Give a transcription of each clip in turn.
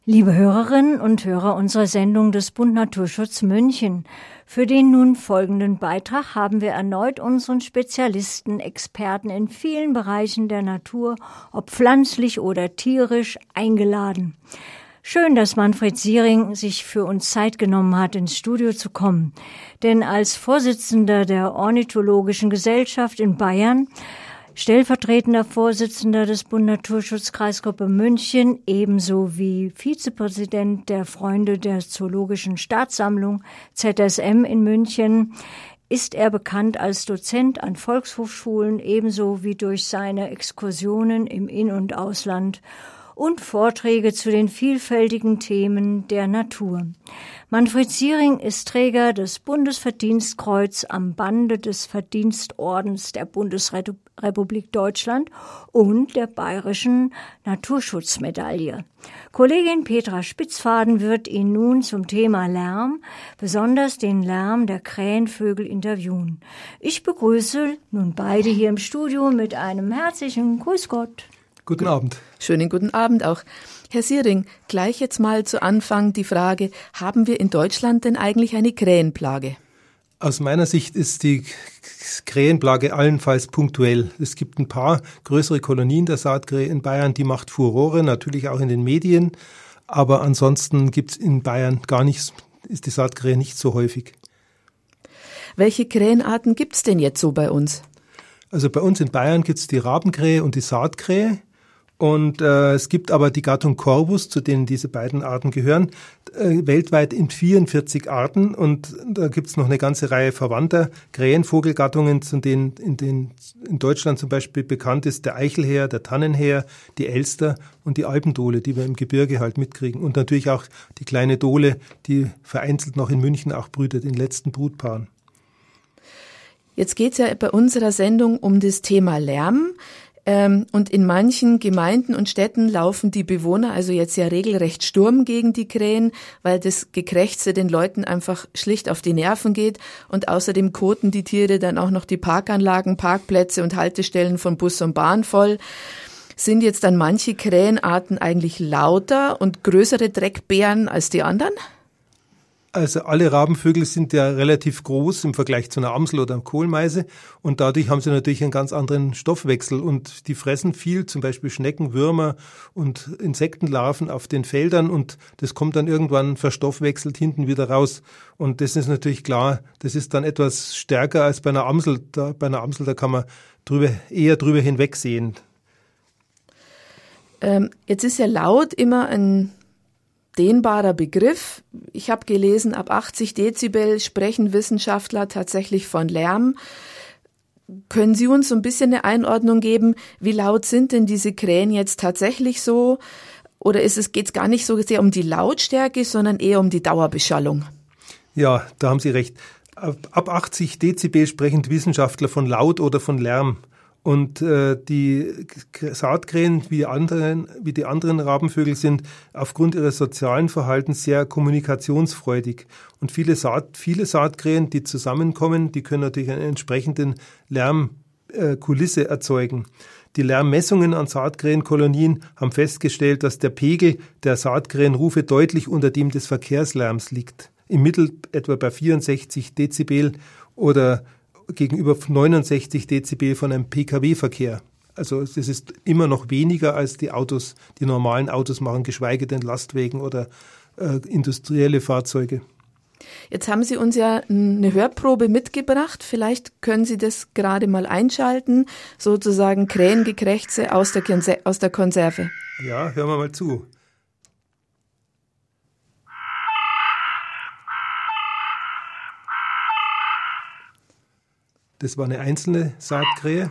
Liebe Hörerinnen und Hörer unserer Sendung des Bund Naturschutz München, für den nun folgenden Beitrag haben wir erneut unseren Spezialisten, Experten in vielen Bereichen der Natur, ob pflanzlich oder tierisch, eingeladen. Schön, dass Manfred Siering sich für uns Zeit genommen hat, ins Studio zu kommen. Denn als Vorsitzender der Ornithologischen Gesellschaft in Bayern, stellvertretender Vorsitzender des Bund Naturschutz Kreisgruppe München, ebenso wie Vizepräsident der Freunde der Zoologischen Staatssammlung ZSM in München, ist er bekannt als Dozent an Volkshochschulen, ebenso wie durch seine Exkursionen im In- und Ausland und Vorträge zu den vielfältigen Themen der Natur. Manfred Siering ist Träger des Bundesverdienstkreuz am Bande des Verdienstordens der Bundesrepublik Deutschland und der Bayerischen Naturschutzmedaille. Kollegin Petra Spitzfaden wird ihn nun zum Thema Lärm, besonders den Lärm der Krähenvögel, interviewen. Ich begrüße nun beide hier im Studio mit einem herzlichen Grüß Gott. Guten Abend. Schönen guten Abend auch. Herr Siering, gleich jetzt mal zu Anfang die Frage, haben wir in Deutschland denn eigentlich eine Krähenplage? Aus meiner Sicht ist die Krähenplage allenfalls punktuell. Es gibt ein paar größere Kolonien der Saatkrähe in Bayern, die macht Furore, natürlich auch in den Medien. Aber ansonsten gibt es in Bayern gar nichts, ist die Saatkrähe nicht so häufig. Welche Krähenarten gibt es denn jetzt so bei uns? Also bei uns in Bayern gibt es die Rabenkrähe und die Saatkrähe. Und es gibt aber die Gattung Corvus, zu denen diese beiden Arten gehören, weltweit in 44 Arten. Und da gibt es noch eine ganze Reihe verwandter Krähenvogelgattungen, zu denen in Deutschland zum Beispiel bekannt ist der Eichelhäher, der Tannenhäher, die Elster und die Alpendole, die wir im Gebirge halt mitkriegen. Und natürlich auch die kleine Dole, die vereinzelt noch in München auch brütet, in letzten Brutpaaren. Jetzt geht es ja bei unserer Sendung um das Thema Lärm. Und in manchen Gemeinden und Städten laufen die Bewohner also jetzt ja regelrecht Sturm gegen die Krähen, weil das Gekrächze den Leuten einfach schlicht auf die Nerven geht. Und außerdem koten die Tiere dann auch noch die Parkanlagen, Parkplätze und Haltestellen von Bus und Bahn voll. Sind jetzt dann manche Krähenarten eigentlich lauter und größere Dreckbären als die anderen? Also alle Rabenvögel sind ja relativ groß im Vergleich zu einer Amsel oder einer Kohlmeise und dadurch haben sie natürlich einen ganz anderen Stoffwechsel und die fressen viel, zum Beispiel Schnecken, Würmer und Insektenlarven auf den Feldern und das kommt dann irgendwann verstoffwechselt hinten wieder raus und das ist natürlich klar, das ist dann etwas stärker als bei einer Amsel. Bei einer Amsel, da kann man eher drüber hinwegsehen. Jetzt ist ja laut immer ein dehnbarer Begriff. Ich habe gelesen, ab 80 Dezibel sprechen Wissenschaftler tatsächlich von Lärm. Können Sie uns so ein bisschen eine Einordnung geben, wie laut sind denn diese Krähen jetzt tatsächlich so? Oder geht es gar nicht so sehr um die Lautstärke, sondern eher um die Dauerbeschallung? Ja, da haben Sie recht. Ab 80 Dezibel sprechen Wissenschaftler von Laut oder von Lärm. Und die Saatkrähen, wie die anderen Rabenvögel, sind aufgrund ihres sozialen Verhaltens sehr kommunikationsfreudig. Und viele Saatkrähen, die zusammenkommen, die können natürlich einen entsprechenden Lärmkulisse erzeugen. Die Lärmmessungen an Saatkrähenkolonien haben festgestellt, dass der Pegel der Saatkrähenrufe deutlich unter dem des Verkehrslärms liegt. Im Mittel etwa bei 64 Dezibel oder gegenüber 69 Dezibel von einem Pkw-Verkehr. Also das ist immer noch weniger als die normalen Autos machen, geschweige denn Lastwagen oder industrielle Fahrzeuge. Jetzt haben Sie uns ja eine Hörprobe mitgebracht. Vielleicht können Sie das gerade mal einschalten, sozusagen Krähengekrächze aus der Konserve. Ja, hören wir mal zu. Das war eine einzelne Saatkrähe.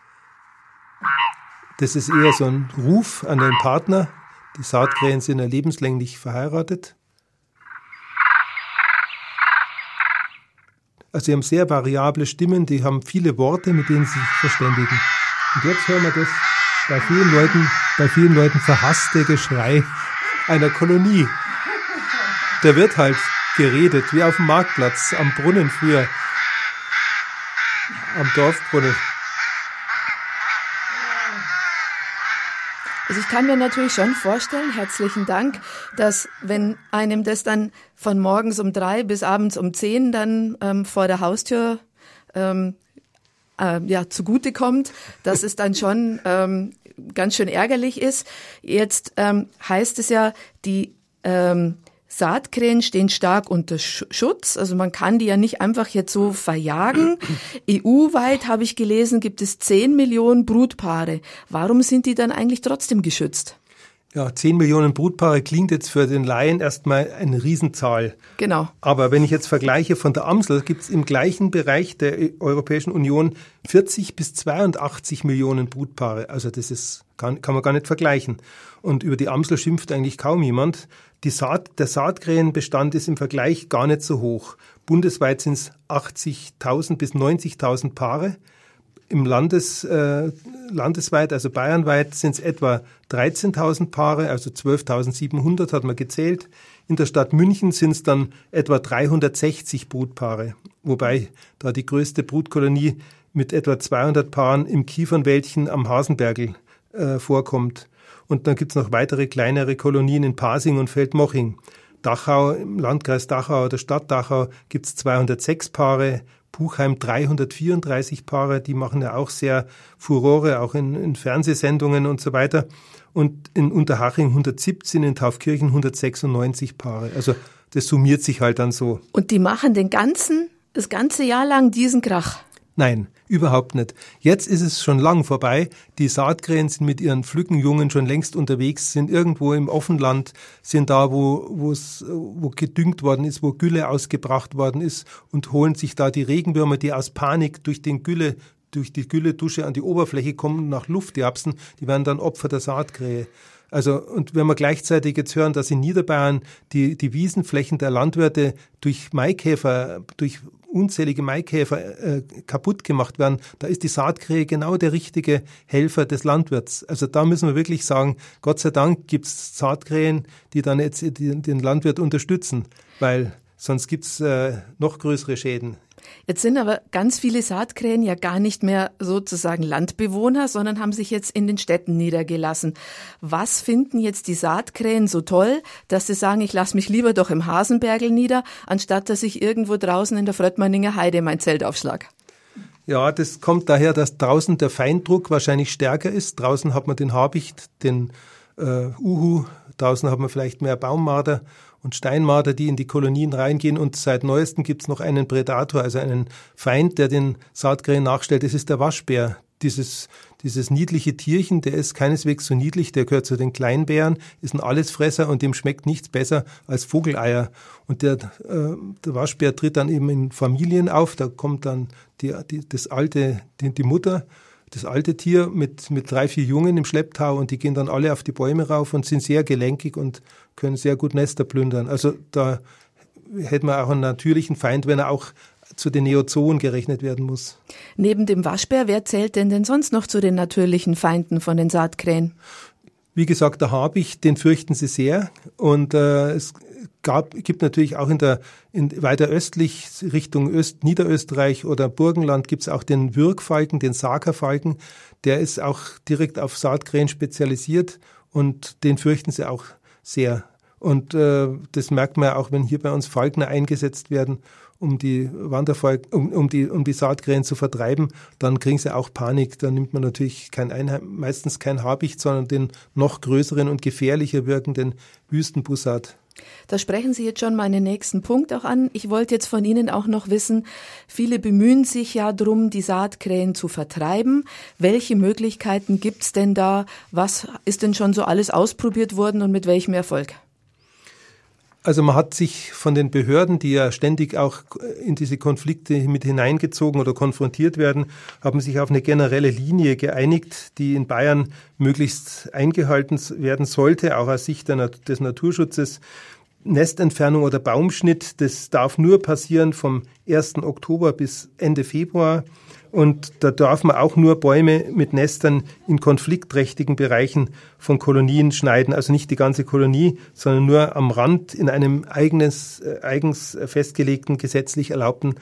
Das ist eher so ein Ruf an den Partner. Die Saatkrähen sind ja lebenslänglich verheiratet. Also sie haben sehr variable Stimmen, die haben viele Worte, mit denen sie sich verständigen. Und jetzt hören wir das bei vielen Leuten verhasste Geschrei einer Kolonie. Da wird halt geredet, wie auf dem Marktplatz, am Brunnen früher. Am Dorfbrunnen. Also ich kann mir natürlich schon vorstellen, herzlichen Dank, dass wenn einem das dann von morgens um 3 bis abends um 10 dann vor der Haustür zugutekommt, dass es dann schon ganz schön ärgerlich ist. Jetzt heißt es ja, die Saatkrähen stehen stark unter Schutz, also man kann die ja nicht einfach jetzt so verjagen. EU-weit, habe ich gelesen, gibt es 10 Millionen Brutpaare. Warum sind die dann eigentlich trotzdem geschützt? Ja, 10 Millionen Brutpaare klingt jetzt für den Laien erstmal eine Riesenzahl. Genau. Aber wenn ich jetzt vergleiche von der Amsel, gibt es im gleichen Bereich der Europäischen Union 40 bis 82 Millionen Brutpaare. Also das kann man gar nicht vergleichen. Und über die Amsel schimpft eigentlich kaum jemand. Der Saatkrähenbestand ist im Vergleich gar nicht so hoch. Bundesweit sind es 80.000 bis 90.000 Paare. Im landesweit, also bayernweit, sind es etwa 13.000 Paare, also 12.700 hat man gezählt. In der Stadt München sind es dann etwa 360 Brutpaare, wobei da die größte Brutkolonie mit etwa 200 Paaren im Kiefernwäldchen am Hasenbergl vorkommt. Und dann gibt es noch weitere kleinere Kolonien in Pasing und Feldmoching. Dachau, im Landkreis Dachau oder Stadt Dachau gibt es 206 Paare, Puchheim 334 Paare, die machen ja auch sehr Furore, auch in Fernsehsendungen und so weiter. Und in Unterhaching 117, in Taufkirchen 196 Paare. Also das summiert sich halt dann so. Und die machen das ganze Jahr lang diesen Krach? Nein, überhaupt nicht. Jetzt ist es schon lang vorbei. Die Saatkrähen sind mit ihren Flückenjungen schon längst unterwegs, sind irgendwo im Offenland, sind da, wo gedüngt worden ist, wo Gülle ausgebracht worden ist und holen sich da die Regenwürmer, die aus Panik durch die Gülledusche an die Oberfläche kommen, nach Luft japsen, die werden dann Opfer der Saatkrähe. Also, und wenn wir gleichzeitig jetzt hören, dass in Niederbayern die Wiesenflächen der Landwirte durch unzählige Maikäfer kaputt gemacht werden, da ist die Saatkrähe genau der richtige Helfer des Landwirts. Also da müssen wir wirklich sagen, Gott sei Dank gibt es Saatkrähen, die dann jetzt den Landwirt unterstützen, weil sonst gibt es noch größere Schäden. Jetzt sind aber ganz viele Saatkrähen ja gar nicht mehr sozusagen Landbewohner, sondern haben sich jetzt in den Städten niedergelassen. Was finden jetzt die Saatkrähen so toll, dass sie sagen, ich lasse mich lieber doch im Hasenbergl nieder, anstatt dass ich irgendwo draußen in der Fröttmanninger Heide mein Zelt aufschlage? Ja, das kommt daher, dass draußen der Feindruck wahrscheinlich stärker ist. Draußen hat man den Habicht, den Uhu, draußen hat man vielleicht mehr Baummarder und Steinmarder, die in die Kolonien reingehen. Und seit Neuestem gibt es noch einen Prädator, also einen Feind, der den Saatkrähen nachstellt. Das ist der Waschbär. Dieses niedliche Tierchen, der ist keineswegs so niedlich, der gehört zu den Kleinbären, ist ein Allesfresser und dem schmeckt nichts besser als Vogeleier. Und der Waschbär tritt dann eben in Familien auf, da kommt dann die Mutter, das alte Tier mit 3, 4 Jungen im Schlepptau und die gehen dann alle auf die Bäume rauf und sind sehr gelenkig und können sehr gut Nester plündern. Also da hätte man auch einen natürlichen Feind, wenn er auch zu den Neozoen gerechnet werden muss. Neben dem Waschbär, wer zählt denn sonst noch zu den natürlichen Feinden von den Saatkrähen? Wie gesagt, der Habicht, den fürchten sie sehr. Und es gibt natürlich auch weiter östlich Richtung Niederösterreich oder Burgenland gibt es auch den Würgfalken, den Sakerfalken. Der ist auch direkt auf Saatkrähen spezialisiert und den fürchten sie auch sehr. Und das merkt man ja auch, wenn hier bei uns Falkner eingesetzt werden, um die Saatkrähen zu vertreiben, dann kriegen sie auch Panik. Dann nimmt man natürlich meistens kein Habicht, sondern den noch größeren und gefährlicher wirkenden Wüstenbussard. Da sprechen Sie jetzt schon meinen nächsten Punkt auch an. Ich wollte jetzt von Ihnen auch noch wissen, viele bemühen sich ja darum, die Saatkrähen zu vertreiben. Welche Möglichkeiten gibt's denn da? Was ist denn schon so alles ausprobiert worden und mit welchem Erfolg? Also man hat sich von den Behörden, die ja ständig auch in diese Konflikte mit hineingezogen oder konfrontiert werden, haben sich auf eine generelle Linie geeinigt, die in Bayern möglichst eingehalten werden sollte, auch aus Sicht des Naturschutzes. Nestentfernung oder Baumschnitt, das darf nur passieren vom 1. Oktober bis Ende Februar. Und da darf man auch nur Bäume mit Nestern in konfliktträchtigen Bereichen von Kolonien schneiden. Also nicht die ganze Kolonie, sondern nur am Rand in einem eigens festgelegten, gesetzlich erlaubten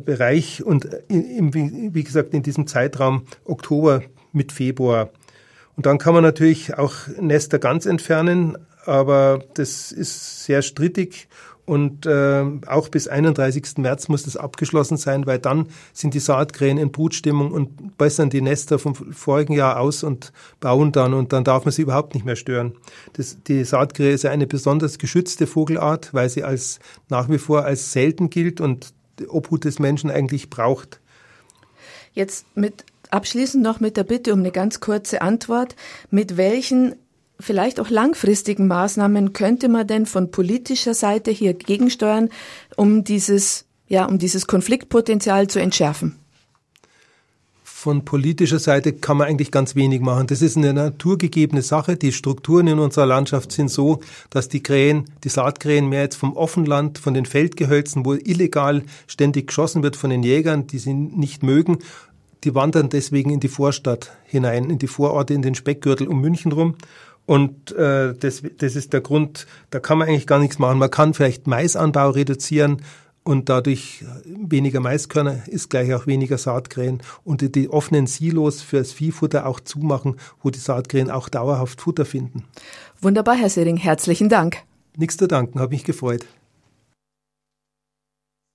Bereich. Und wie gesagt, in diesem Zeitraum Oktober mit Februar. Und dann kann man natürlich auch Nester ganz entfernen, aber das ist sehr strittig. Und auch bis 31. März muss das abgeschlossen sein, weil dann sind die Saatkrähen in Brutstimmung und bessern die Nester vom vorigen Jahr aus und bauen dann. Und dann darf man sie überhaupt nicht mehr stören. Die Saatkrähe ist ja eine besonders geschützte Vogelart, weil sie nach wie vor als selten gilt und die Obhut des Menschen eigentlich braucht. Jetzt abschließend noch mit der Bitte um eine ganz kurze Antwort. Mit welchen vielleicht auch langfristigen Maßnahmen könnte man denn von politischer Seite hier gegensteuern, um dieses Konfliktpotenzial zu entschärfen? Von politischer Seite kann man eigentlich ganz wenig machen. Das ist eine naturgegebene Sache. Die Strukturen in unserer Landschaft sind so, dass die Saatkrähen mehr jetzt vom Offenland, von den Feldgehölzen, wo illegal ständig geschossen wird von den Jägern, die sie nicht mögen, die wandern deswegen in die Vorstadt hinein, in die Vororte, in den Speckgürtel um München rum. Und das ist der Grund, da kann man eigentlich gar nichts machen. Man kann vielleicht Maisanbau reduzieren und dadurch weniger Maiskörner ist gleich auch weniger Saatkrähen. Und die offenen Silos fürs Viehfutter auch zumachen, wo die Saatkrähen auch dauerhaft Futter finden. Wunderbar, Herr Sering, herzlichen Dank. Nichts zu danken, habe mich gefreut.